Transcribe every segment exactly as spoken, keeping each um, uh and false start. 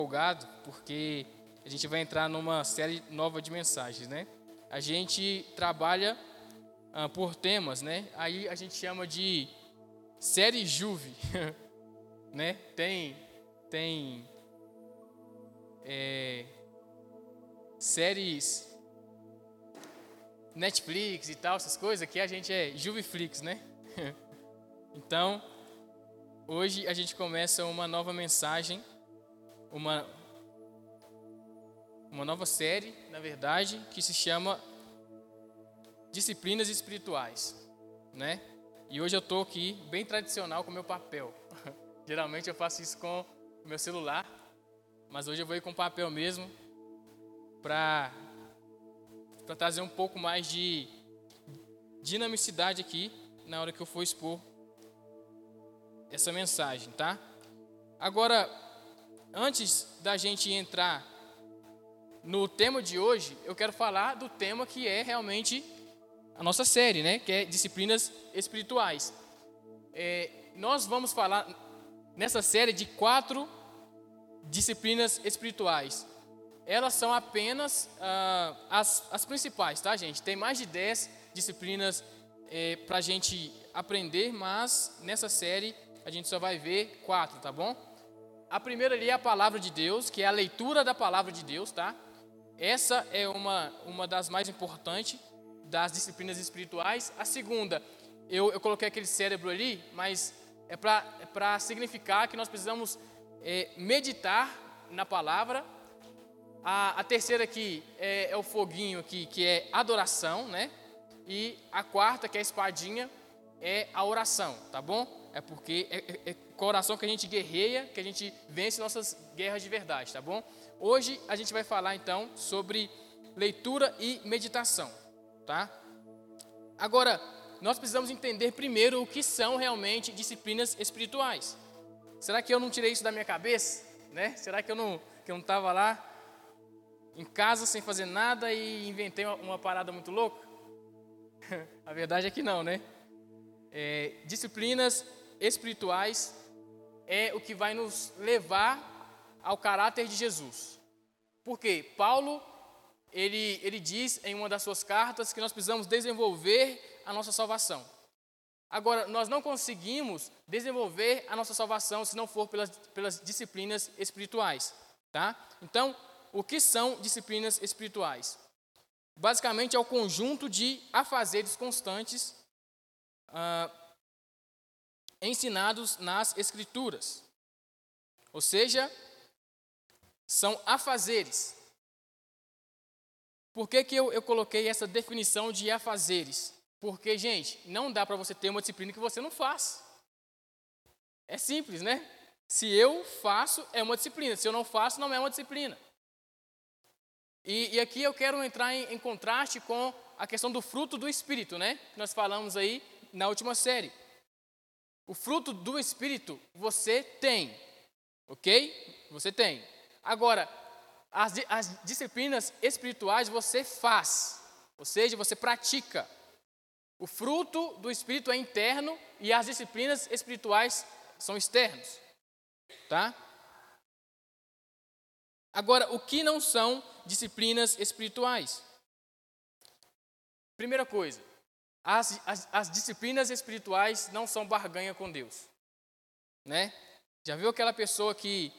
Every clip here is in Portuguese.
empolgado porque a gente vai entrar numa série nova de mensagens, né? A gente trabalha ah, por temas, né? Aí a gente chama de série Juve, né? Tem, tem é, séries Netflix e tal, essas coisas, aqui a gente é Juveflix, né? Então, hoje a gente começa uma nova mensagem, uma, uma nova série, na verdade, que se chama Disciplinas Espirituais, né? E hoje eu estou aqui bem tradicional com o meu papel. Geralmente eu faço isso com o meu celular, mas hoje eu vou ir com papel mesmo para para trazer um pouco mais de dinamicidade aqui na hora que eu for expor essa mensagem, tá? Agora, antes da gente entrar no tema de hoje, eu quero falar do tema que é realmente a nossa série, né? Que é disciplinas espirituais. É, nós vamos falar nessa série de quatro disciplinas espirituais. Elas são apenas ah, as, as principais, tá, gente? Tem mais de dez disciplinas é, para a gente aprender, mas nessa série a gente só vai ver quatro, tá bom? A primeira ali é a palavra de Deus, que é a leitura da palavra de Deus, tá? Essa é uma, uma das mais importantes das disciplinas espirituais. A segunda, eu, eu coloquei aquele cérebro ali, mas é para é para significar que nós precisamos é, meditar na palavra. A, a terceira aqui é, é o foguinho aqui, que é adoração, né? E a quarta, que é a espadinha, é a oração, tá bom? É porque é, é, é com a oração que a gente guerreia, que a gente vence nossas guerras de verdade, tá bom? Hoje a gente vai falar então sobre leitura e meditação, tá? Agora, nós precisamos entender primeiro o que são realmente disciplinas espirituais. Será que eu não tirei isso da minha cabeça, né? Será que eu não que eu não estava lá em casa sem fazer nada e inventei uma, uma parada muito louca? A verdade é que não, né? É, disciplinas espirituais é o que vai nos levar ao caráter de Jesus. Por quê? Paulo, ele, ele diz em uma das suas cartas que nós precisamos desenvolver a nossa salvação. Agora, nós não conseguimos desenvolver a nossa salvação se não for pelas, pelas disciplinas espirituais, tá? Então, o que são disciplinas espirituais? Basicamente é o conjunto de afazeres constantes ah, ensinados nas Escrituras. Ou seja, são afazeres. Por que que eu, eu coloquei essa definição de afazeres? Porque, gente, não dá para você ter uma disciplina que você não faz. É simples, né? Se eu faço, é uma disciplina. Se eu não faço, não é uma disciplina. E, e aqui eu quero entrar em, em contraste com a questão do fruto do Espírito, né? Que nós falamos aí na última série. O fruto do Espírito você tem, ok? Você tem. Agora, as, as disciplinas espirituais você faz, ou seja, você pratica. O fruto do Espírito é interno e as disciplinas espirituais são externos, tá? Agora, o que não são disciplinas espirituais? Primeira coisa, as, as, as disciplinas espirituais não são barganha com Deus, né? Já viu aquela pessoa que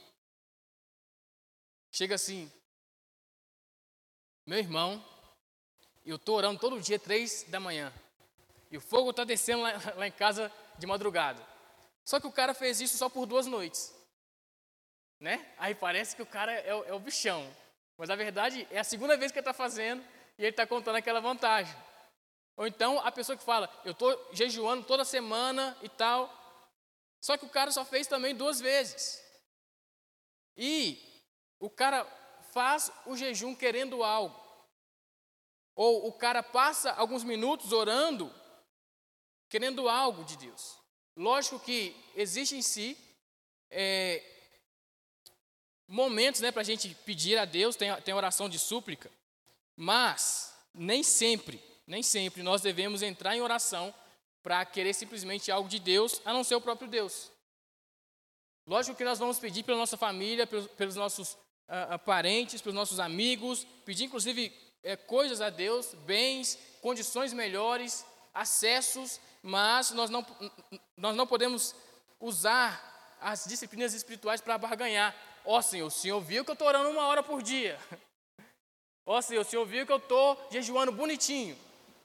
chega assim, meu irmão, eu estou orando todo dia, três da manhã, e o fogo está descendo lá, lá em casa de madrugada. Só que o cara fez isso só por duas noites. Né? Aí parece que o cara é o, é o bichão. Mas a verdade é a segunda vez que ele está fazendo e ele está contando aquela vantagem. Ou então a pessoa que fala, eu estou jejuando toda semana e tal. Só que o cara só fez também duas vezes. E o cara faz o jejum querendo algo. Ou o cara passa alguns minutos orando, querendo algo de Deus. Lógico que existe em si é, momentos, né, para a gente pedir a Deus, tem, tem oração de súplica, mas nem sempre, nem sempre nós devemos entrar em oração para querer simplesmente algo de Deus, a não ser o próprio Deus. Lógico que nós vamos pedir pela nossa família, pelos, pelos nossos uh, uh, parentes, pelos nossos amigos, pedir inclusive é, coisas a Deus, bens, condições melhores, acessos, mas nós não, nós não podemos usar as disciplinas espirituais para barganhar. Ó oh, Senhor, o Senhor viu que eu estou orando uma hora por dia. Ó oh, Senhor, o Senhor viu que eu estou jejuando bonitinho.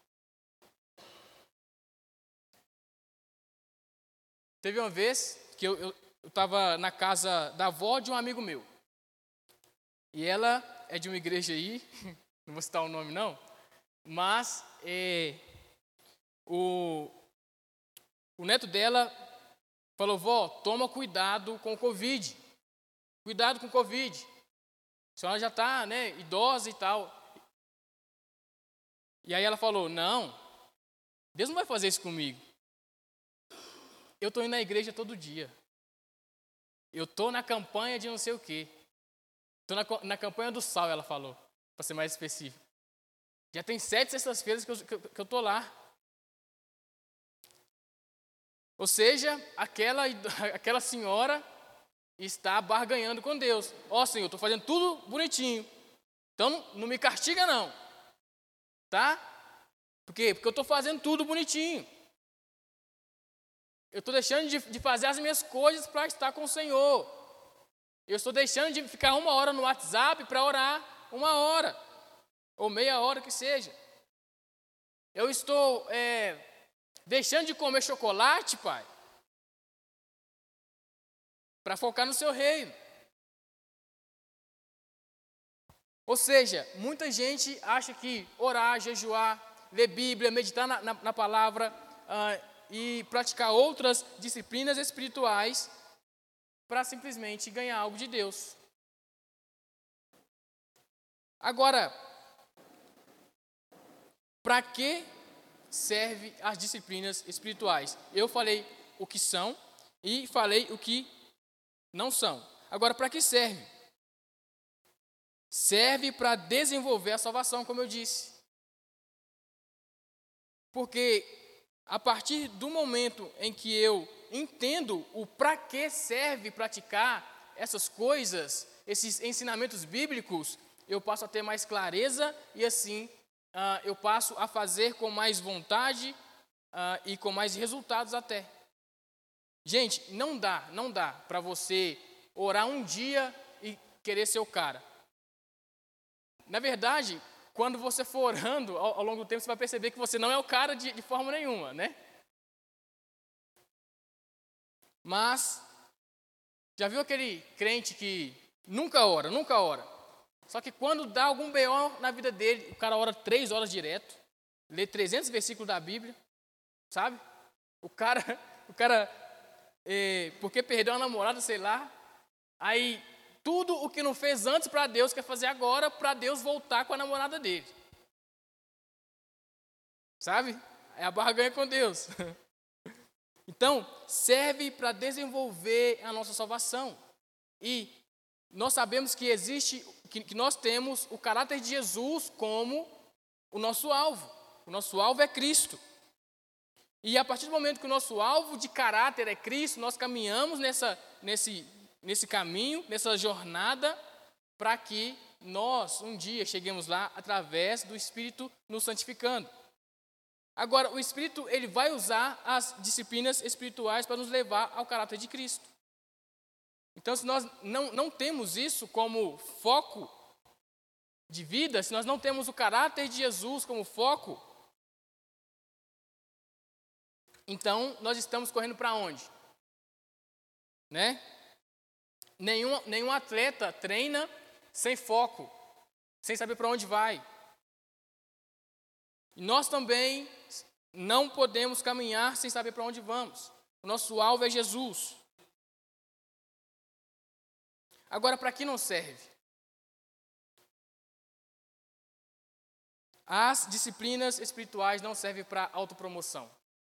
Teve uma vez que eu estava na casa da avó de um amigo meu. E ela é de uma igreja aí, não vou citar o nome não, mas é, o, o neto dela falou, vó, toma cuidado com o Covid. Cuidado com o Covid. A senhora já está, né, idosa e tal. E aí ela falou, não, Deus não vai fazer isso comigo. Eu estou indo na igreja todo dia. Eu estou na campanha de não sei o quê. Estou na, na campanha do sal, ela falou, para ser mais específico. Já tem sete sextas-feiras que eu estou lá. Ou seja, aquela, aquela senhora está barganhando com Deus. Ó, Senhor, estou fazendo tudo bonitinho. Então, não, não me castiga não. Tá? Por quê? Porque eu estou fazendo tudo bonitinho. Eu estou deixando de, de fazer as minhas coisas para estar com o Senhor. Eu estou deixando de ficar uma hora no WhatsApp para orar uma hora. Ou meia hora que seja. Eu estou é, deixando de comer chocolate, pai, para focar no seu reino. Ou seja, muita gente acha que orar, jejuar, ler Bíblia, meditar na, na, na palavra ah, e praticar outras disciplinas espirituais para simplesmente ganhar algo de Deus. Agora, para que servem as disciplinas espirituais? Eu falei o que são e falei o que não são. Agora, para que serve? Serve para desenvolver a salvação, como eu disse. Porque a partir do momento em que eu entendo o para que serve praticar essas coisas, esses ensinamentos bíblicos, eu passo a ter mais clareza e assim uh, eu passo a fazer com mais vontade uh, e com mais resultados até. Gente, não dá, não dá para você orar um dia e querer ser o cara. Na verdade, quando você for orando, ao, ao longo do tempo, você vai perceber que você não é o cara de, de forma nenhuma, né? Mas, já viu aquele crente que nunca ora, nunca ora? Só que quando dá algum B O na vida dele, o cara ora três horas direto, lê trezentos versículos da Bíblia, sabe? O cara, o cara é, porque perdeu a namorada, sei lá, aí tudo o que não fez antes para Deus quer fazer agora para Deus voltar com a namorada dele. Sabe? É a barganha com Deus. Então, serve para desenvolver a nossa salvação. E nós sabemos que existe, que, que nós temos o caráter de Jesus como o nosso alvo. O nosso alvo é Cristo. E a partir do momento que o nosso alvo de caráter é Cristo, nós caminhamos nessa, nesse, nesse caminho, nessa jornada, para que nós um dia cheguemos lá através do Espírito nos santificando. Agora, o Espírito ele vai usar as disciplinas espirituais para nos levar ao caráter de Cristo. Então, se nós não, não temos isso como foco de vida, se nós não temos o caráter de Jesus como foco, então nós estamos correndo para onde? Né? Nenhum, nenhum atleta treina sem foco, sem saber para onde vai. E nós também não podemos caminhar sem saber para onde vamos. O nosso alvo é Jesus. Agora, para que não serve? As disciplinas espirituais não servem para autopromoção.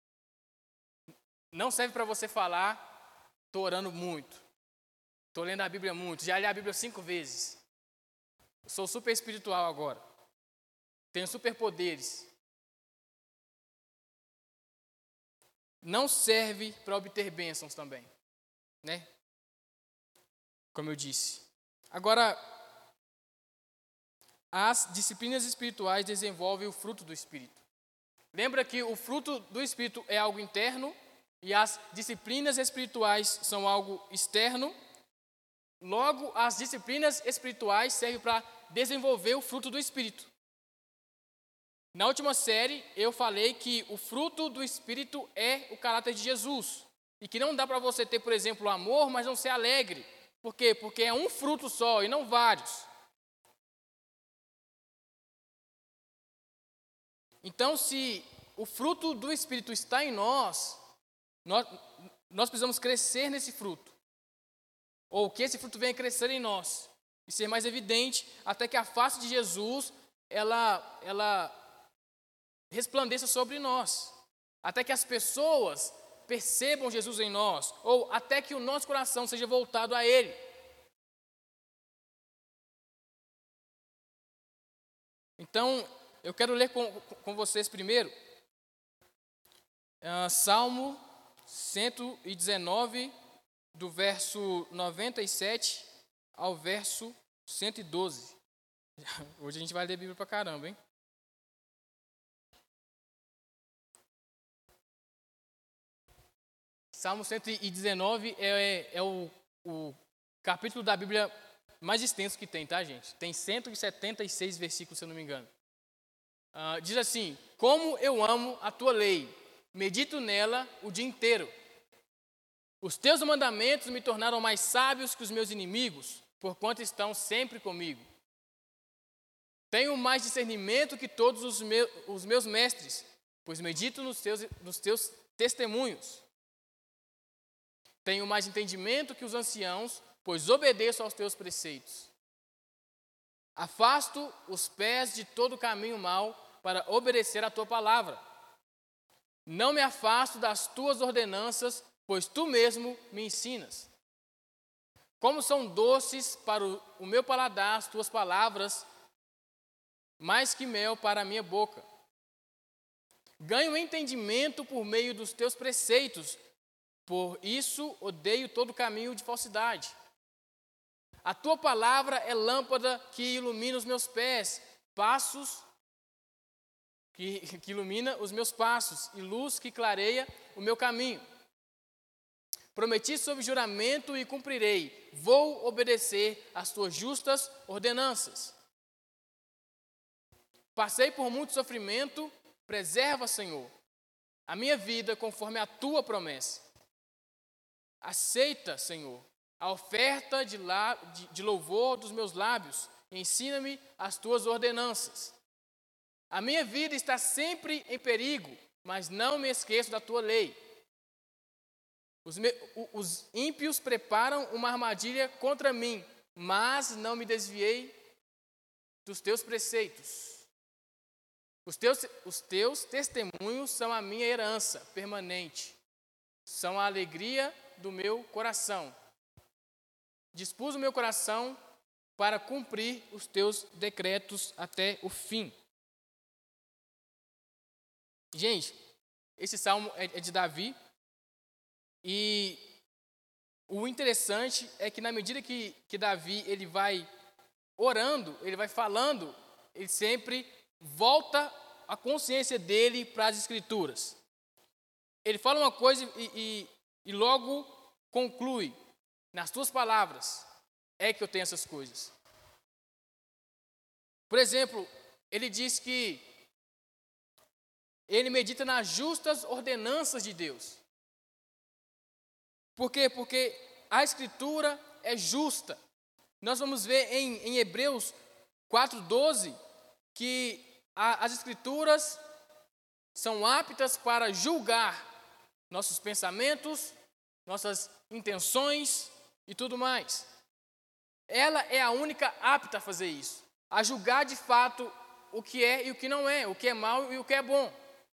Não serve para você falar, estou orando muito, estou lendo a Bíblia muito, já li a Bíblia cinco vezes. Sou super espiritual agora. Tenho superpoderes. Não serve para obter bênçãos também, né? como eu disse. Agora, as disciplinas espirituais desenvolvem o fruto do Espírito. Lembra que o fruto do Espírito é algo interno e as disciplinas espirituais são algo externo. Logo, as disciplinas espirituais servem para desenvolver o fruto do Espírito. Na última série, eu falei que o fruto do Espírito é o caráter de Jesus. E que não dá para você ter, por exemplo, amor, mas não ser alegre. Por quê? Porque é um fruto só e não vários. Então, se o fruto do Espírito está em nós, nós, nós precisamos crescer nesse fruto. Ou que esse fruto venha crescer em nós e ser mais evidente, até que a face de Jesus, ela, ela resplandeça sobre nós. Até que as pessoas percebam Jesus em nós, ou até que o nosso coração seja voltado a Ele. Então, eu quero ler com, com vocês primeiro, uh, Salmo cento e dezenove, do verso noventa e sete ao verso cento e doze. Hoje a gente vai ler a Bíblia pra caramba, hein? Salmo cento e dezenove é, é o, o capítulo da Bíblia mais extenso que tem, tá, gente? Tem cento e setenta e seis versículos, se eu não me engano. Uh, diz assim: como eu amo a tua lei, medito nela o dia inteiro. Os teus mandamentos me tornaram mais sábios que os meus inimigos, porquanto estão sempre comigo. Tenho mais discernimento que todos os meus, os meus mestres, pois medito nos teus, nos teus testemunhos. Tenho mais entendimento que os anciãos, pois obedeço aos teus preceitos. Afasto os pés de todo caminho mau para obedecer a tua palavra. Não me afasto das tuas ordenanças, pois tu mesmo me ensinas. Como são doces para o, o meu paladar as tuas palavras, mais que mel para a minha boca. Ganho entendimento por meio dos teus preceitos, por isso odeio todo caminho de falsidade. A tua palavra é lâmpada que ilumina os meus pés, passos que, que ilumina os meus passos, e luz que clareia o meu caminho. Prometi sob juramento e cumprirei, vou obedecer às tuas justas ordenanças. Passei por muito sofrimento, preserva, Senhor, a minha vida conforme a tua promessa. Aceita, Senhor, a oferta de, la, de, de louvor dos meus lábios, ensina-me as tuas ordenanças. A minha vida está sempre em perigo, mas não me esqueço da tua lei. Os, me, os ímpios preparam uma armadilha contra mim, mas não me desviei dos teus preceitos. Os teus, os teus testemunhos são a minha herança permanente, são a alegria do meu coração. Dispus o meu coração para cumprir os teus decretos até o fim. Gente, esse salmo é de Davi, e o interessante é que na medida que, que Davi ele vai orando, ele vai falando, ele sempre volta a consciência dele para as Escrituras. Ele fala uma coisa e, e, e logo conclui: nas tuas palavras é que eu tenho essas coisas. Por exemplo, ele diz que ele medita nas justas ordenanças de Deus. Por quê? Porque a Escritura é justa. Nós vamos ver em, em Hebreus quatro, doze, que a, as Escrituras são aptas para julgar nossos pensamentos, nossas intenções e tudo mais. Ela é a única apta a fazer isso, a julgar de fato o que é e o que não é, o que é mal e o que é bom.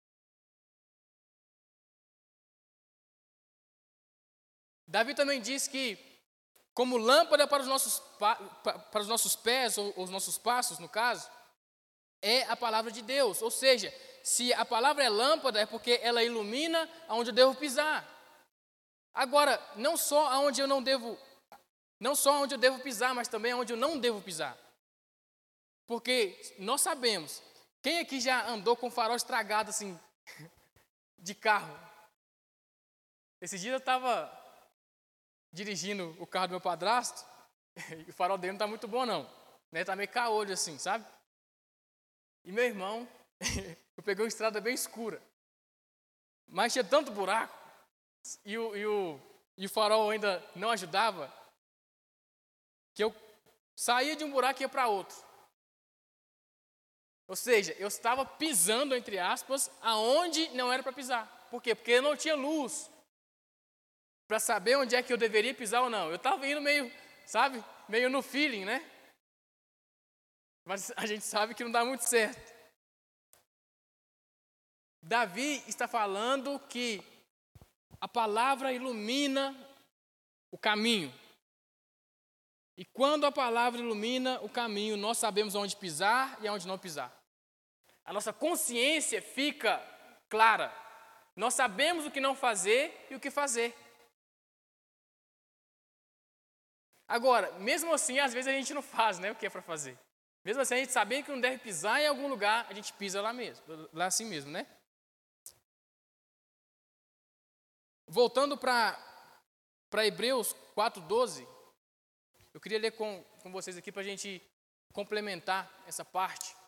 Davi também diz que, como lâmpada para os nossos, para os nossos pés, ou os nossos passos, no caso, é a palavra de Deus. Ou seja, se a palavra é lâmpada, é porque ela ilumina aonde eu devo pisar. Agora, não só aonde eu não devo, Não só onde eu devo pisar, mas também onde eu não devo pisar. Porque nós sabemos, quem aqui já andou com o farol estragado assim, de carro? Esse dia eu estava dirigindo o carro do meu padrasto, e o farol dele não está muito bom não, né? Está meio caolho assim, sabe? E meu irmão, eu peguei uma estrada bem escura, mas tinha tanto buraco, e o, e o, e o farol ainda não ajudava, que eu saía de um buraco e ia para outro. Ou seja, eu estava pisando, entre aspas, aonde não era para pisar. Por quê? Porque eu não tinha luz para saber onde é que eu deveria pisar ou não. Eu estava indo meio, sabe, meio no feeling, né? Mas a gente sabe que não dá muito certo. Davi está falando que a palavra ilumina o caminho. E quando a palavra ilumina o caminho, nós sabemos onde pisar e onde não pisar. A nossa consciência fica clara. Nós sabemos o que não fazer e o que fazer. Agora, mesmo assim, às vezes a gente não faz, né, o que é para fazer. Mesmo assim, a gente sabendo que não deve pisar em algum lugar, a gente pisa lá mesmo, lá assim mesmo, né? Voltando para para Hebreus quatro, doze, eu queria ler com, com vocês aqui para a gente complementar essa parte.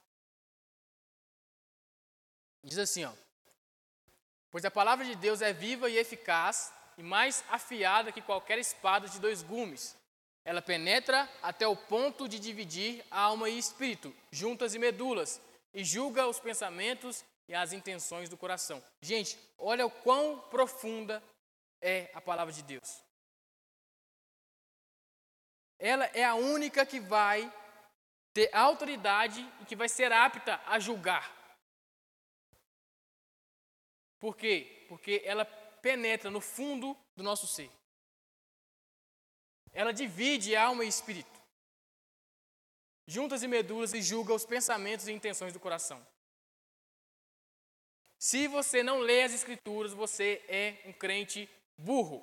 Diz assim, ó: pois a palavra de Deus é viva e eficaz e mais afiada que qualquer espada de dois gumes. Ela penetra até o ponto de dividir alma e espírito, juntas e medulas, e julga os pensamentos e as intenções do coração. Gente, olha o quão profunda é a palavra de Deus. Ela é a única que vai ter autoridade e que vai ser apta a julgar. Por quê? Porque ela penetra no fundo do nosso ser. Ela divide alma e espírito, juntas e medulas, e julga os pensamentos e intenções do coração. Se você não lê as Escrituras, você é um crente burro.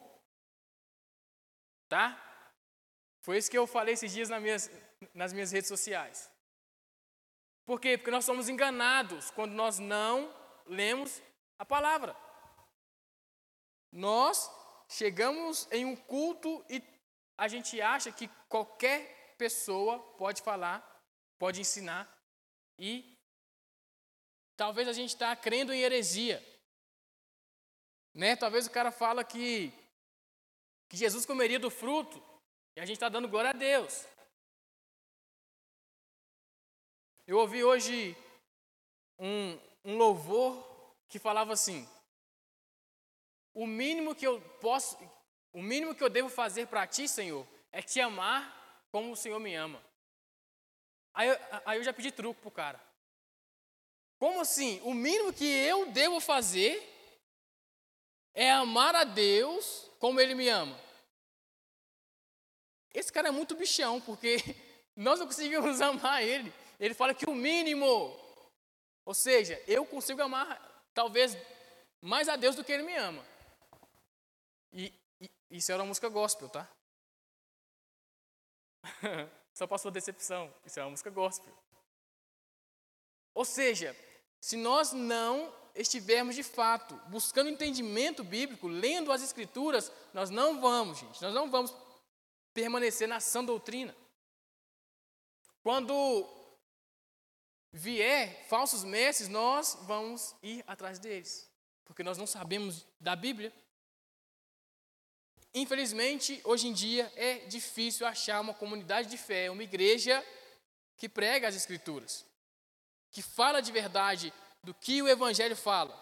Tá? Foi isso que eu falei esses dias nas minhas, nas minhas redes sociais. Por quê? Porque nós somos enganados quando nós não lemos a palavra. Nós chegamos em um culto e a gente acha que qualquer pessoa pode falar, pode ensinar, e talvez a gente está crendo em heresia. Né? Talvez o cara fala que, que Jesus comeria do fruto e a gente está dando glória a Deus. Eu ouvi hoje um, um louvor que falava assim: o mínimo que eu posso, o mínimo que eu devo fazer para ti, Senhor, é te amar como o Senhor me ama. Aí eu, aí eu já pedi truco pro cara. Como assim? O mínimo que eu devo fazer é amar a Deus como Ele me ama. Esse cara é muito bichão, porque nós não conseguimos amar Ele. Ele fala que o mínimo, ou seja, eu consigo amar talvez mais a Deus do que Ele me ama. E, e isso era uma música gospel, tá? Só passou decepção. Isso é uma música gospel. Ou seja, se nós não estivermos de fato buscando entendimento bíblico, lendo as Escrituras, nós não vamos, gente, nós não vamos permanecer na sã doutrina. Quando vier falsos mestres, nós vamos ir atrás deles, porque nós não sabemos da Bíblia. Infelizmente, hoje em dia é difícil achar uma comunidade de fé, uma igreja que prega as Escrituras, que fala de verdade do que o Evangelho fala.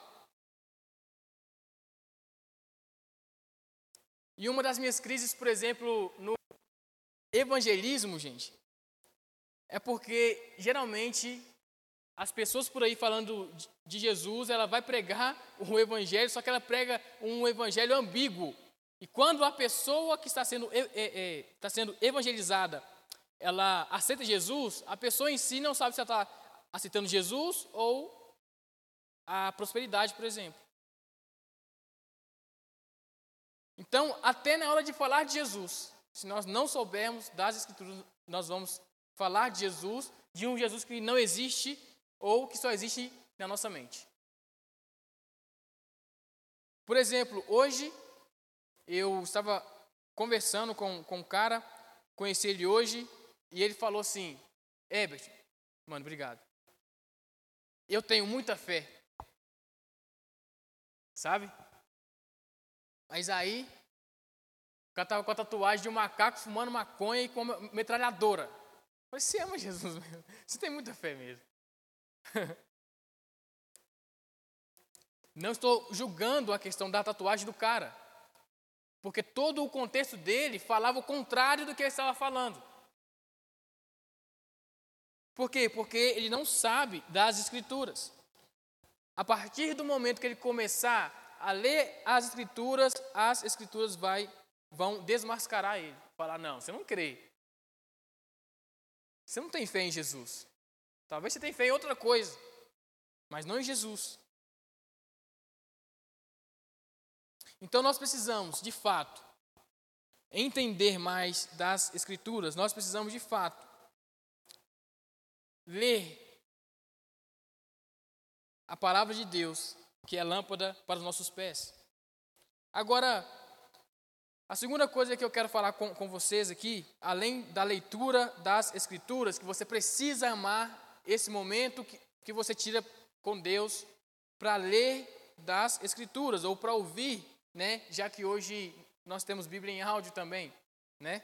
E uma das minhas crises, por exemplo, no evangelismo, gente, é porque geralmente as pessoas por aí falando de Jesus, ela vai pregar o Evangelho, só que ela prega um Evangelho ambíguo. E quando a pessoa que está sendo, é, é, está sendo evangelizada, ela aceita Jesus, a pessoa em si não sabe se ela está aceitando Jesus ou a prosperidade, por exemplo. Então, até na hora de falar de Jesus, se nós não soubermos das Escrituras, nós vamos falar de Jesus, de um Jesus que não existe ou que só existe na nossa mente. Por exemplo, hoje eu estava conversando com, com um cara, conheci ele hoje, e ele falou assim: Herbert, mano, obrigado. Eu tenho muita fé. Sabe? Mas aí, o cara estava com a tatuagem de um macaco fumando maconha e com uma metralhadora. Eu falei, você ama Jesus mesmo? Você tem muita fé mesmo. Não estou julgando a questão da tatuagem do cara, porque todo o contexto dele falava o contrário do que ele estava falando. Por quê? Porque ele não sabe das Escrituras. A partir do momento que ele começar a ler as Escrituras, as Escrituras vai, vão desmascarar ele. Falar, não, você não crê. Você não tem fé em Jesus. Talvez você tenha fé em outra coisa, mas não em Jesus. Então nós precisamos, de fato, entender mais das Escrituras. Nós precisamos, de fato, ler a palavra de Deus, que é lâmpada para os nossos pés. Agora, a segunda coisa que eu quero falar com, com vocês aqui, além da leitura das Escrituras, que você precisa amar esse momento que, que você tira com Deus para ler das Escrituras, ou para ouvir, né? Já que hoje nós temos Bíblia em áudio também, né?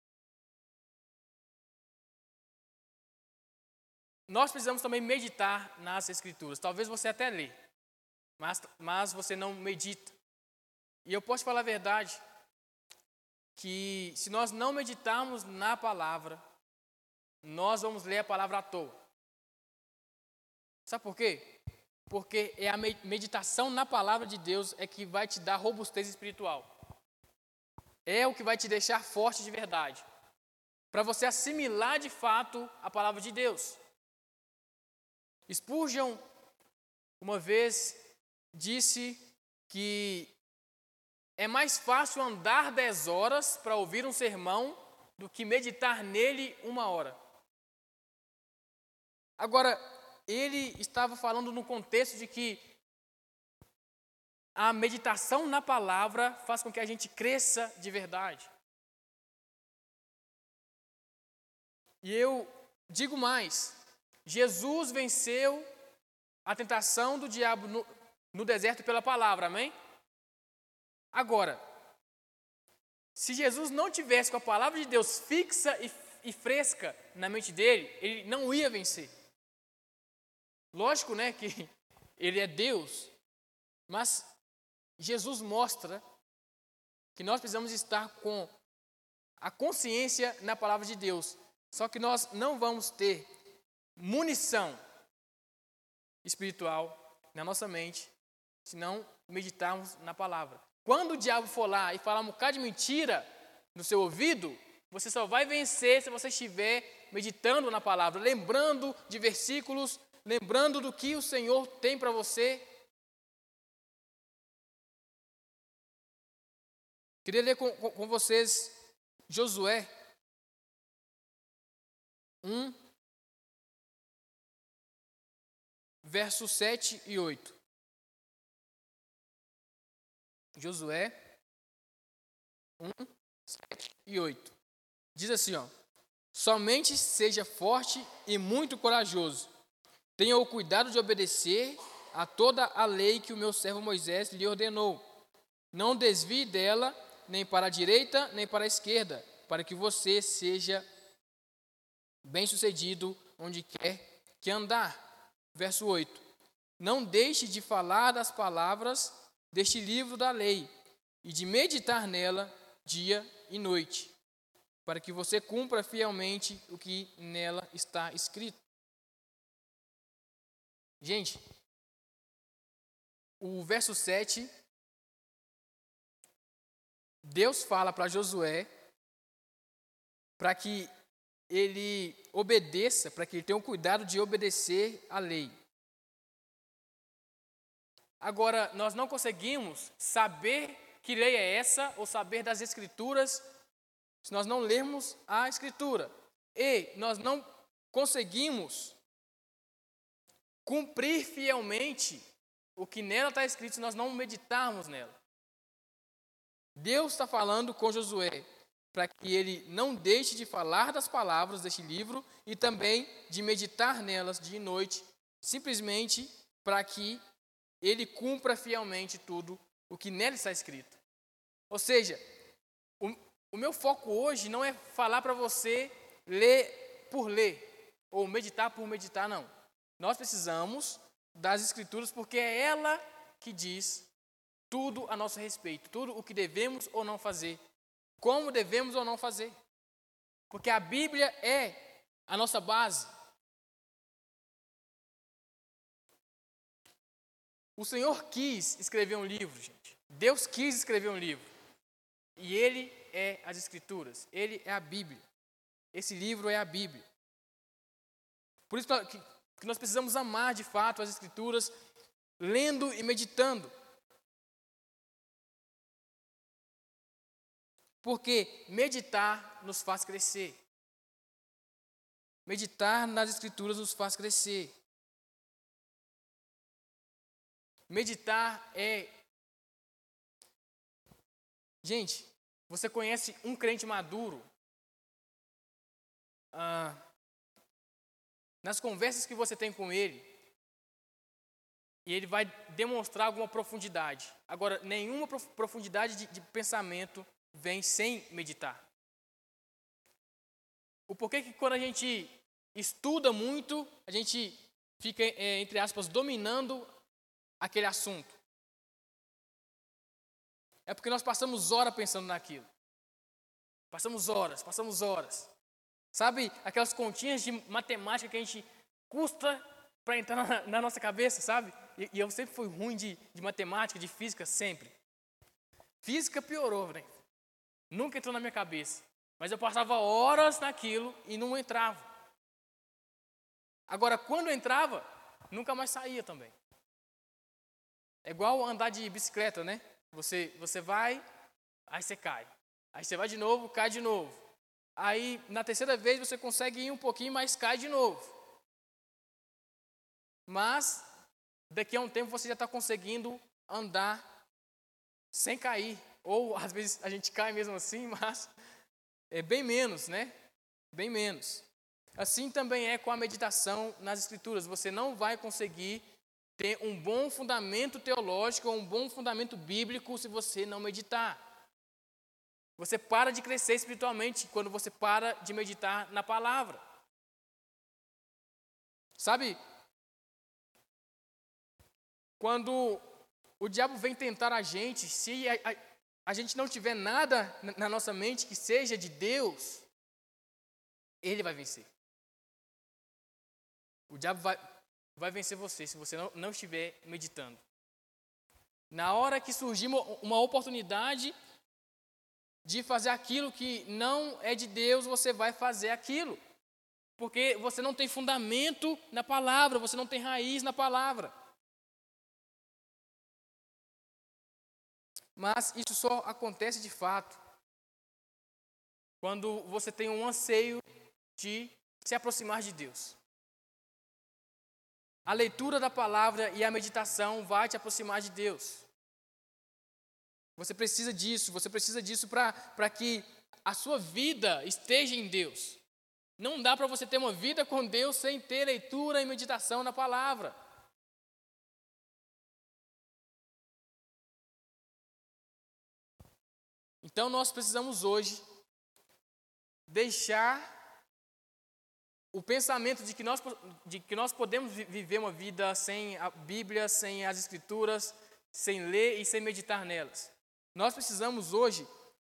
Nós precisamos também meditar nas Escrituras. Talvez você até lê, mas, mas você não medita. E eu posso falar a verdade, que se nós não meditarmos na palavra, nós vamos ler a palavra à toa. Sabe por quê? Porque é a meditação na palavra de Deus é que vai te dar robustez espiritual. É o que vai te deixar forte de verdade, para você assimilar de fato a palavra de Deus. Spurgeon, uma vez, disse que é mais fácil andar dez horas para ouvir um sermão do que meditar nele uma hora. Agora, ele estava falando no contexto de que a meditação na palavra faz com que a gente cresça de verdade. E eu digo mais, Jesus venceu a tentação do diabo no, no deserto pela palavra, amém? Agora, se Jesus não tivesse com a palavra de Deus fixa e, e fresca na mente dele, ele não ia vencer. Lógico, né, que ele é Deus, mas Jesus mostra que nós precisamos estar com a consciência na palavra de Deus. Só que nós não vamos ter munição espiritual na nossa mente se não meditarmos na palavra. Quando o diabo for lá e falar um bocado de mentira no seu ouvido, você só vai vencer se você estiver meditando na palavra, lembrando de versículos, lembrando do que o Senhor tem para você. Queria ler com, com, com vocês Josué um, versos sete e oito. Josué um, sete e oito. Diz assim, ó: somente seja forte e muito corajoso. Tenha o cuidado de obedecer a toda a lei que o meu servo Moisés lhe ordenou. Não desvie dela, nem para a direita, nem para a esquerda, para que você seja bem-sucedido onde quer que andar. Verso oito. Não deixe de falar das palavras deste livro da lei e de meditar nela dia e noite, para que você cumpra fielmente o que nela está escrito. Gente, o verso sete, Deus fala para Josué para que ele obedeça, para que ele tenha o cuidado de obedecer a lei. Agora, nós não conseguimos saber que lei é essa, ou saber das Escrituras, se nós não lermos a Escritura e nós não conseguimos cumprir fielmente o que nela está escrito se nós não meditarmos nela. Deus está falando com Josué para que ele não deixe de falar das palavras deste livro e também de meditar nelas dia e noite, simplesmente para que ele cumpra fielmente tudo o que nela está escrito. Ou seja, o, o meu foco hoje não é falar para você ler por ler, ou meditar por meditar, não. Nós precisamos das Escrituras porque é ela que diz tudo a nosso respeito, tudo o que devemos ou não fazer, como devemos ou não fazer. Porque a Bíblia é a nossa base. O Senhor quis escrever um livro, gente. Deus quis escrever um livro. E Ele é as Escrituras. Ele é a Bíblia. Esse livro é a Bíblia. Por isso que que nós precisamos amar de fato as Escrituras, lendo e meditando. Porque meditar nos faz crescer. Meditar nas Escrituras nos faz crescer. Meditar é... Gente, você conhece um crente maduro? Ah... Nas conversas que você tem com ele, e ele vai demonstrar alguma profundidade. Agora, nenhuma profundidade de, de pensamento vem sem meditar. O porquê que quando a gente estuda muito, a gente fica, é, entre aspas, dominando aquele assunto? É porque nós passamos horas pensando naquilo. Passamos horas, passamos horas. Sabe, aquelas continhas de matemática que a gente custa para entrar na, na nossa cabeça, sabe? E, e eu sempre fui ruim de, de matemática, de física, sempre. Física piorou, né? Nunca entrou na minha cabeça. Mas eu passava horas naquilo e não entrava. Agora, quando entrava, nunca mais saía também. É igual andar de bicicleta, né? Você, você vai, aí você cai. Aí você vai de novo, cai de novo. Aí, na terceira vez, você consegue ir um pouquinho, mas cai de novo. Mas, daqui a um tempo, você já está conseguindo andar sem cair. Ou, às vezes, a gente cai mesmo assim, mas é bem menos, né? Bem menos. Assim também é com a meditação nas Escrituras. Você não vai conseguir ter um bom fundamento teológico ou um bom fundamento bíblico se você não meditar. Você para de crescer espiritualmente quando você para de meditar na palavra. Sabe, quando o diabo vem tentar a gente, se a, a, a gente não tiver nada na, na nossa mente que seja de Deus, ele vai vencer. O diabo vai, vai vencer você se você não, não estiver meditando. Na hora que surgir uma oportunidade de fazer aquilo que não é de Deus, você vai fazer aquilo. Porque você não tem fundamento na palavra, você não tem raiz na palavra. Mas isso só acontece de fato quando você tem um anseio de se aproximar de Deus. A leitura da palavra e a meditação vai te aproximar de Deus. Você precisa disso, você precisa disso para que a sua vida esteja em Deus. Não dá para você ter uma vida com Deus sem ter leitura e meditação na palavra. Então nós precisamos hoje deixar o pensamento de que nós, de que nós podemos viver uma vida sem a Bíblia, sem as Escrituras, sem ler e sem meditar nelas. Nós precisamos hoje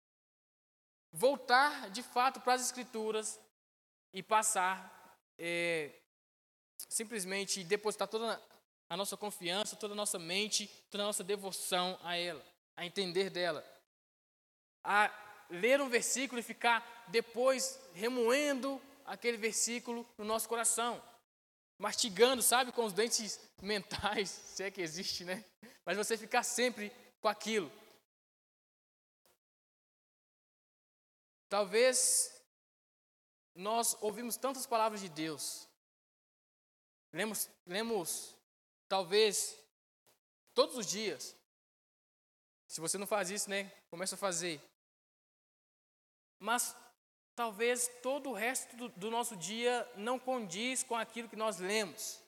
voltar de fato para as Escrituras e passar, é, simplesmente depositar toda a nossa confiança, toda a nossa mente, toda a nossa devoção a ela, a entender dela. A ler um versículo e ficar depois remoendo aquele versículo no nosso coração, mastigando, sabe, com os dentes mentais, se é que existe, né? Mas você ficar sempre com aquilo. Talvez nós ouvimos tantas palavras de Deus, lemos, lemos talvez todos os dias. Se você não faz isso, né, começa a fazer. Mas talvez todo o resto do, do nosso dia não condiz com aquilo que nós lemos.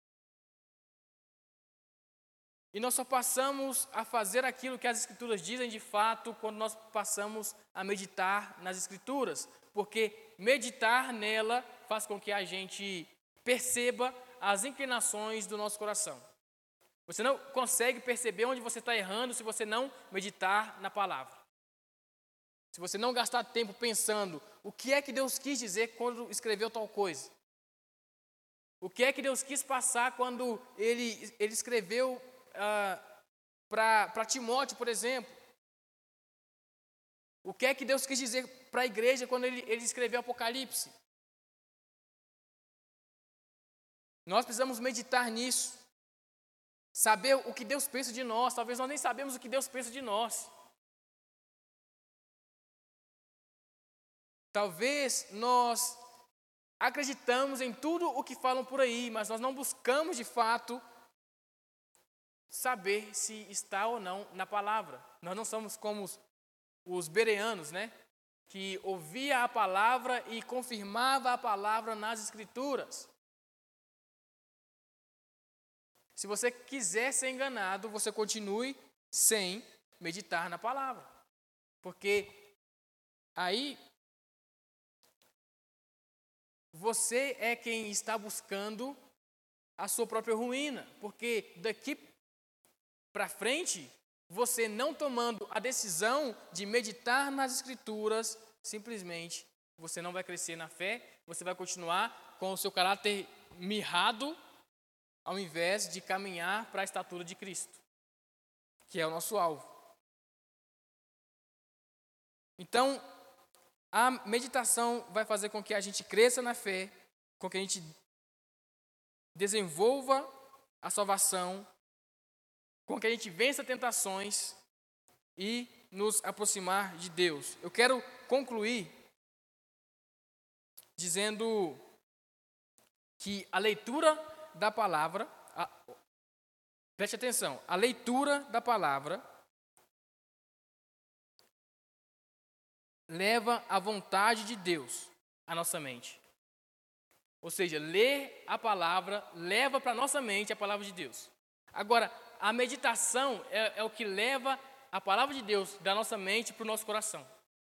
E nós só passamos a fazer aquilo que as Escrituras dizem de fato quando nós passamos a meditar nas Escrituras. Porque meditar nela faz com que a gente perceba as inclinações do nosso coração. Você não consegue perceber onde você está errando se você não meditar na palavra. Se você não gastar tempo pensando o que é que Deus quis dizer quando escreveu tal coisa. O que é que Deus quis passar quando Ele, ele escreveu uh, para Timóteo, por exemplo. O que é que Deus quis dizer para a igreja quando ele, ele escreveu Apocalipse. Nós precisamos meditar nisso. Saber o que Deus pensa de nós. Talvez nós nem sabemos o que Deus pensa de nós. Talvez nós acreditamos em tudo o que falam por aí, mas nós não buscamos de fato saber se está ou não na palavra. Nós não somos como os, os bereanos, né? Que ouvia a palavra e confirmava a palavra nas Escrituras. Se você quiser ser enganado, você continue sem meditar na palavra. Porque aí você é quem está buscando a sua própria ruína. Porque daqui para frente, você não tomando a decisão de meditar nas Escrituras, simplesmente você não vai crescer na fé, você vai continuar com o seu caráter mirrado, ao invés de caminhar para a estatura de Cristo, que é o nosso alvo. Então, a meditação vai fazer com que a gente cresça na fé, com que a gente desenvolva a salvação, com que a gente vença tentações e nos aproximar de Deus. Eu quero concluir dizendo que a leitura da palavra, a, preste atenção, a leitura da palavra leva a vontade de Deus à nossa mente. Ou seja, ler a palavra leva para a nossa mente a palavra de Deus. Agora, a meditação é, é o que leva a palavra de Deus da nossa mente para o nosso coração.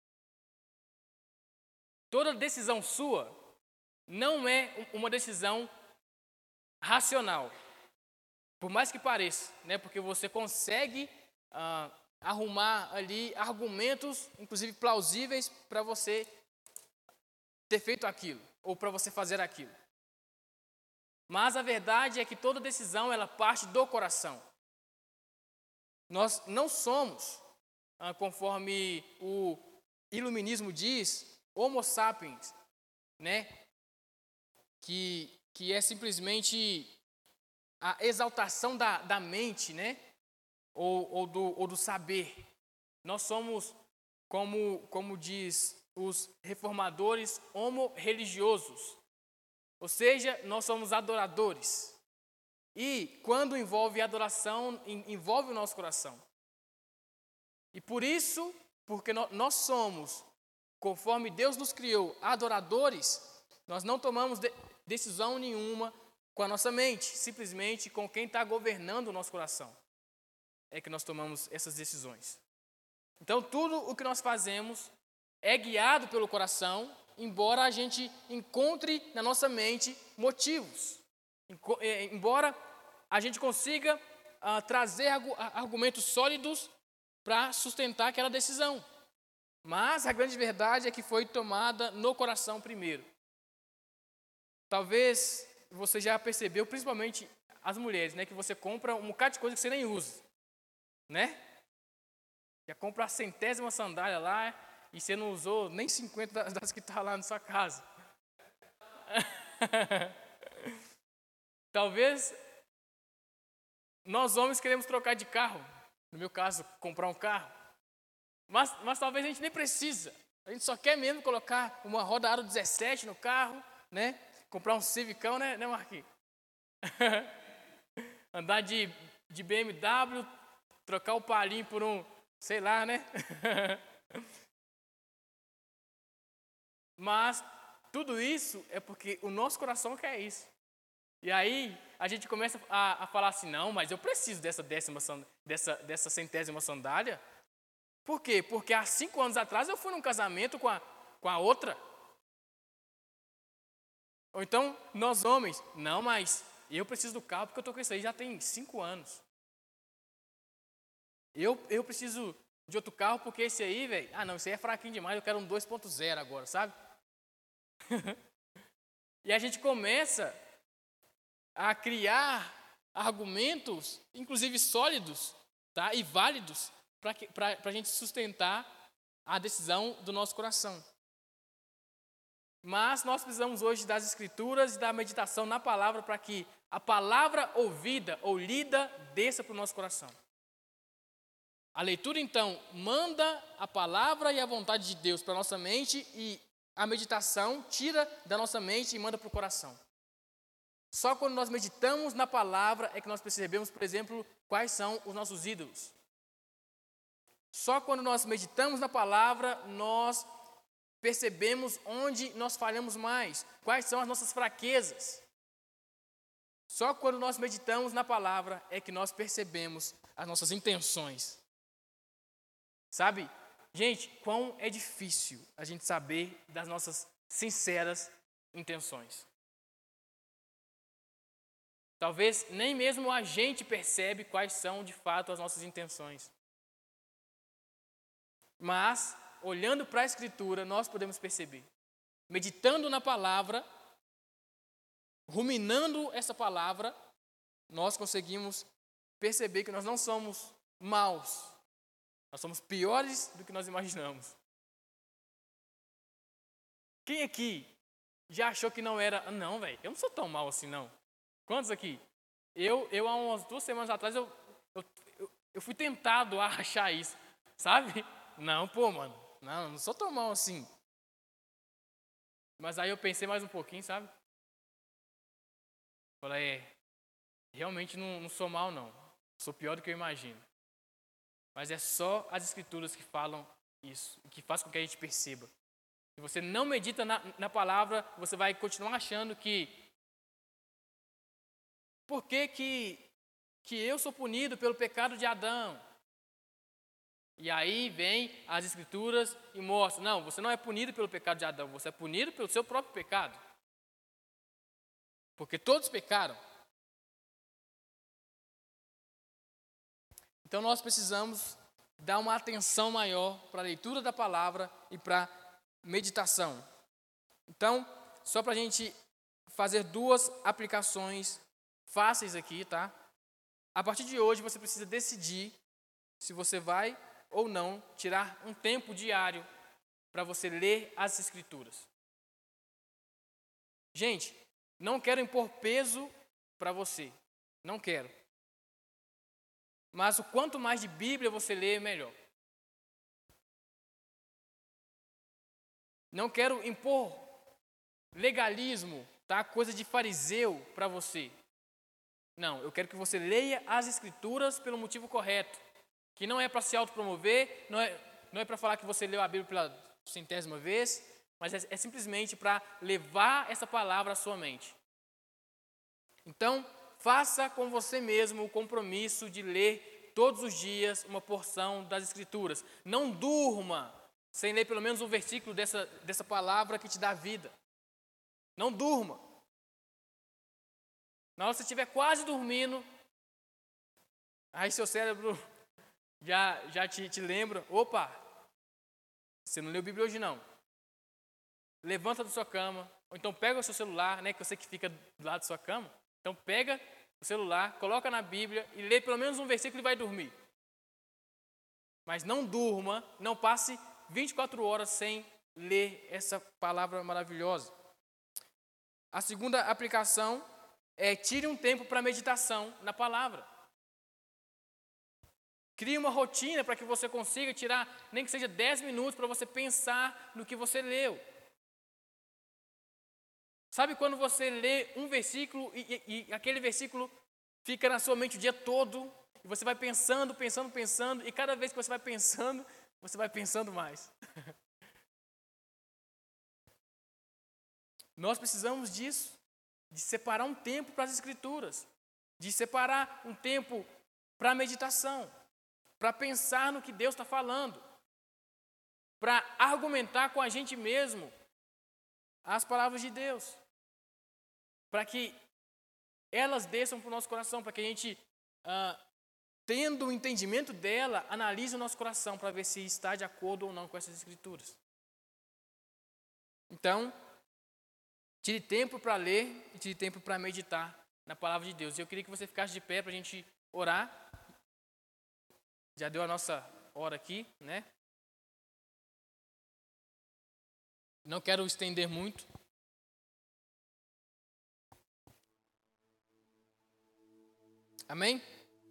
Toda decisão sua não é uma decisão racional, por mais que pareça, né? Porque você consegue ah, arrumar ali argumentos, inclusive plausíveis, para você ter feito aquilo, ou para você fazer aquilo. Mas a verdade é que toda decisão, ela parte do coração. Nós não somos, ah, conforme o iluminismo diz, homo sapiens, né? Que, que é simplesmente a exaltação da, da mente, né? Ou, ou, do, ou do saber. Nós somos, como, como diz os reformadores, homo-religiosos. Ou seja, nós somos adoradores. E quando envolve adoração, envolve o nosso coração. E por isso, porque nós somos, conforme Deus nos criou, adoradores, nós não tomamos decisão nenhuma com a nossa mente, simplesmente com quem está governando o nosso coração. É que nós tomamos essas decisões. Então, tudo o que nós fazemos é guiado pelo coração, embora a gente encontre na nossa mente motivos. Embora a gente consiga uh, trazer argumentos sólidos para sustentar aquela decisão. Mas a grande verdade é que foi tomada no coração primeiro. Talvez você já percebeu, principalmente as mulheres, né, que você compra um bocado de coisa que você nem usa. Né? Já compra a centésima sandália lá e você não usou nem cinquenta das que estão lá na sua casa. Talvez nós homens queremos trocar de carro. No meu caso, comprar um carro. Mas, mas talvez a gente nem precisa. A gente só quer mesmo colocar uma roda aro dezessete no carro, né? Comprar um Civicão, né, né Marquinhos? Andar de, de B M W, trocar o palinho por um, sei lá, né? Mas tudo isso é porque o nosso coração quer isso. E aí a gente começa a, a falar assim, não, mas eu preciso dessa décima, dessa, dessa centésima sandália. Por quê? Porque há cinco anos atrás eu fui num casamento com a, com a outra. Ou então, nós homens, não, mas eu preciso do carro porque eu estou com isso aí já tem cinco anos. Eu, eu preciso de outro carro porque esse aí, velho, ah não, esse aí é fraquinho demais, eu quero um dois ponto zero agora, sabe? E a gente começa a criar argumentos, inclusive sólidos, tá? E válidos, para a gente sustentar a decisão do nosso coração. Mas nós precisamos hoje das escrituras e da meditação na palavra para que a palavra ouvida ou lida desça para o nosso coração. A leitura, então, manda a palavra e a vontade de Deus para a nossa mente e a meditação tira da nossa mente e manda para o coração. Só quando nós meditamos na palavra é que nós percebemos, por exemplo, quais são os nossos ídolos. Só quando nós meditamos na palavra, nós percebemos onde nós falhamos mais, quais são as nossas fraquezas. Só quando nós meditamos na palavra é que nós percebemos as nossas intenções. Sabe, gente, quão é difícil a gente saber das nossas sinceras intenções. Talvez nem mesmo a gente percebe quais são de fato as nossas intenções. Mas, olhando para a Escritura, nós podemos perceber. Meditando na palavra, ruminando essa palavra, nós conseguimos perceber que nós não somos maus. Nós somos piores do que nós imaginamos. Quem aqui já achou que não era... Não, velho, eu não sou tão mal assim, não. Quantos aqui? Eu, eu há umas duas semanas atrás, eu, eu, eu, eu fui tentado a achar isso, sabe? Não, pô, mano, não, não sou tão mal assim. Mas aí eu pensei mais um pouquinho, sabe? Falei, é, realmente não, não sou mal, não. Sou pior do que eu imagino. Mas é só as escrituras que falam isso, que faz com que a gente perceba. Se você não medita na, na palavra, você vai continuar achando que por que, que, que eu sou punido pelo pecado de Adão? E aí vem as escrituras e mostra, não, você não é punido pelo pecado de Adão, você é punido pelo seu próprio pecado. Porque todos pecaram. Então nós precisamos dar uma atenção maior para a leitura da palavra e para a meditação. Então, só para a gente fazer duas aplicações fáceis aqui, tá? A partir de hoje você precisa decidir se você vai ou não tirar um tempo diário para você ler as Escrituras. Gente, não quero impor peso para você, não quero. Mas o quanto mais de Bíblia você lê, melhor. Não quero impor legalismo, tá? Coisa de fariseu para você. Não, eu quero que você leia as Escrituras pelo motivo correto. Que não é para se autopromover, não é, não é para falar que você leu a Bíblia pela centésima vez, mas é, é simplesmente para levar essa palavra à sua mente. Então, faça com você mesmo o compromisso de ler todos os dias uma porção das Escrituras. Não durma sem ler pelo menos um versículo dessa, dessa palavra que te dá vida. Não durma. Na hora que você estiver quase dormindo, aí seu cérebro já, já te, te lembra, opa, você não leu Bíblia hoje não. Levanta da sua cama, ou então pega o seu celular, né, que eu sei que fica do lado da sua cama. Então pega o celular, coloca na Bíblia e lê pelo menos um versículo e vai dormir. Mas não durma, não passe vinte e quatro horas sem ler essa palavra maravilhosa. A segunda aplicação é tire um tempo para meditação na palavra. Crie uma rotina para que você consiga tirar, nem que seja dez minutos, para você pensar no que você leu. Sabe quando você lê um versículo e, e, e aquele versículo fica na sua mente o dia todo, e você vai pensando, pensando, pensando, e cada vez que você vai pensando, você vai pensando mais. Nós precisamos disso, de separar um tempo para as Escrituras, de separar um tempo para a meditação, para pensar no que Deus está falando, para argumentar com a gente mesmo as palavras de Deus, para que elas desçam para o nosso coração, para que a gente, ah, tendo o entendimento dela, analise o nosso coração para ver se está de acordo ou não com essas Escrituras. Então, tire tempo para ler e tire tempo para meditar na palavra de Deus. E eu queria que você ficasse de pé para a gente orar. Já deu a nossa hora aqui, né? Não quero estender muito. Amém?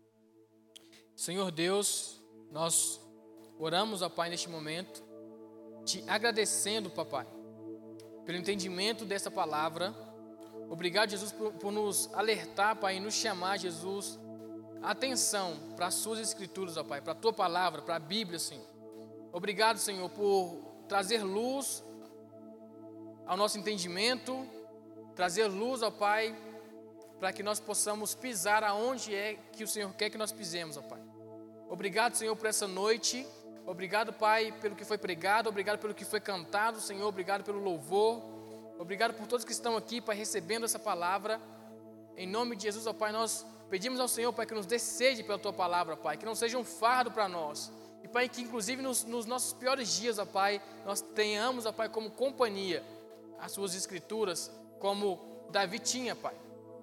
Senhor Deus, nós oramos, ó Pai, neste momento, te agradecendo, papai, pelo entendimento dessa palavra. Obrigado, Jesus, por, por nos alertar, Pai, e nos chamar, Jesus, a atenção para as suas Escrituras, ó Pai, para a tua palavra, para a Bíblia, Senhor. Obrigado, Senhor, por trazer luz ao nosso entendimento, trazer luz, ó Pai, para que nós possamos pisar aonde é que o Senhor quer que nós pisemos, ó Pai. Obrigado, Senhor, por essa noite. Obrigado, Pai, pelo que foi pregado. Obrigado pelo que foi cantado, Senhor. Obrigado pelo louvor. Obrigado por todos que estão aqui, Pai, recebendo essa palavra. Em nome de Jesus, ó Pai, nós pedimos ao Senhor, Pai, que nos dê sede pela Tua palavra, Pai. Que não seja um fardo para nós. E, Pai, que inclusive nos, nos nossos piores dias, ó Pai, nós tenhamos, ó Pai, como companhia as Suas Escrituras, como Davi tinha, Pai.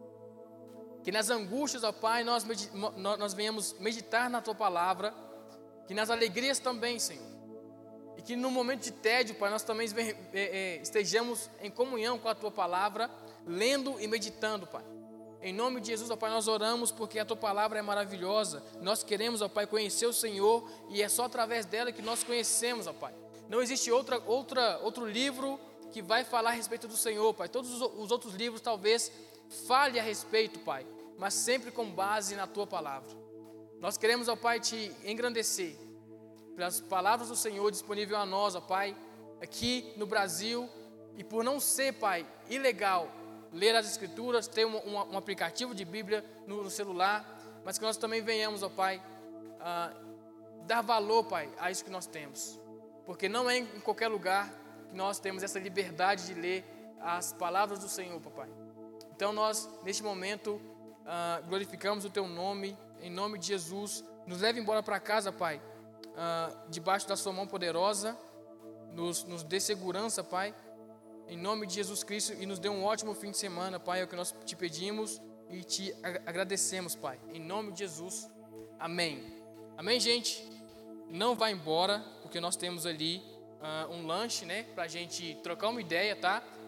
Que nas angústias, ó Pai, nós, nós venhamos meditar na Tua palavra. Que nas alegrias também, Senhor. E que no momento de tédio, Pai, nós também estejamos em comunhão com a Tua palavra, lendo e meditando, Pai. Em nome de Jesus, ó Pai, nós oramos porque a Tua palavra é maravilhosa. Nós queremos, ó Pai, conhecer o Senhor e é só através dela que nós conhecemos, ó Pai. Não existe outra, outra, outro livro que vai falar a respeito do Senhor, Pai. Todos os outros livros talvez falem a respeito, Pai, mas sempre com base na Tua palavra. Nós queremos, ó Pai, Te engrandecer pelas palavras do Senhor disponível a nós, ó Pai, aqui no Brasil, e por não ser, Pai, ilegal ler as Escrituras, ter um, um, um aplicativo de Bíblia no, no celular, mas que nós também venhamos, ó Pai, a dar valor, Pai, a isso que nós temos, porque não é em qualquer lugar que nós temos essa liberdade de ler as palavras do Senhor, papai. Então nós, neste momento, uh, glorificamos o Teu nome, em nome de Jesus. Nos leve embora para casa, Pai, uh, debaixo da Sua mão poderosa, nos, nos dê segurança, Pai, em nome de Jesus Cristo, e nos dê um ótimo fim de semana, Pai, é o que nós Te pedimos e Te agradecemos, Pai, em nome de Jesus, amém. Amém, gente? Não vá embora, porque nós temos ali uh, um lanche, né, para a gente trocar uma ideia, tá?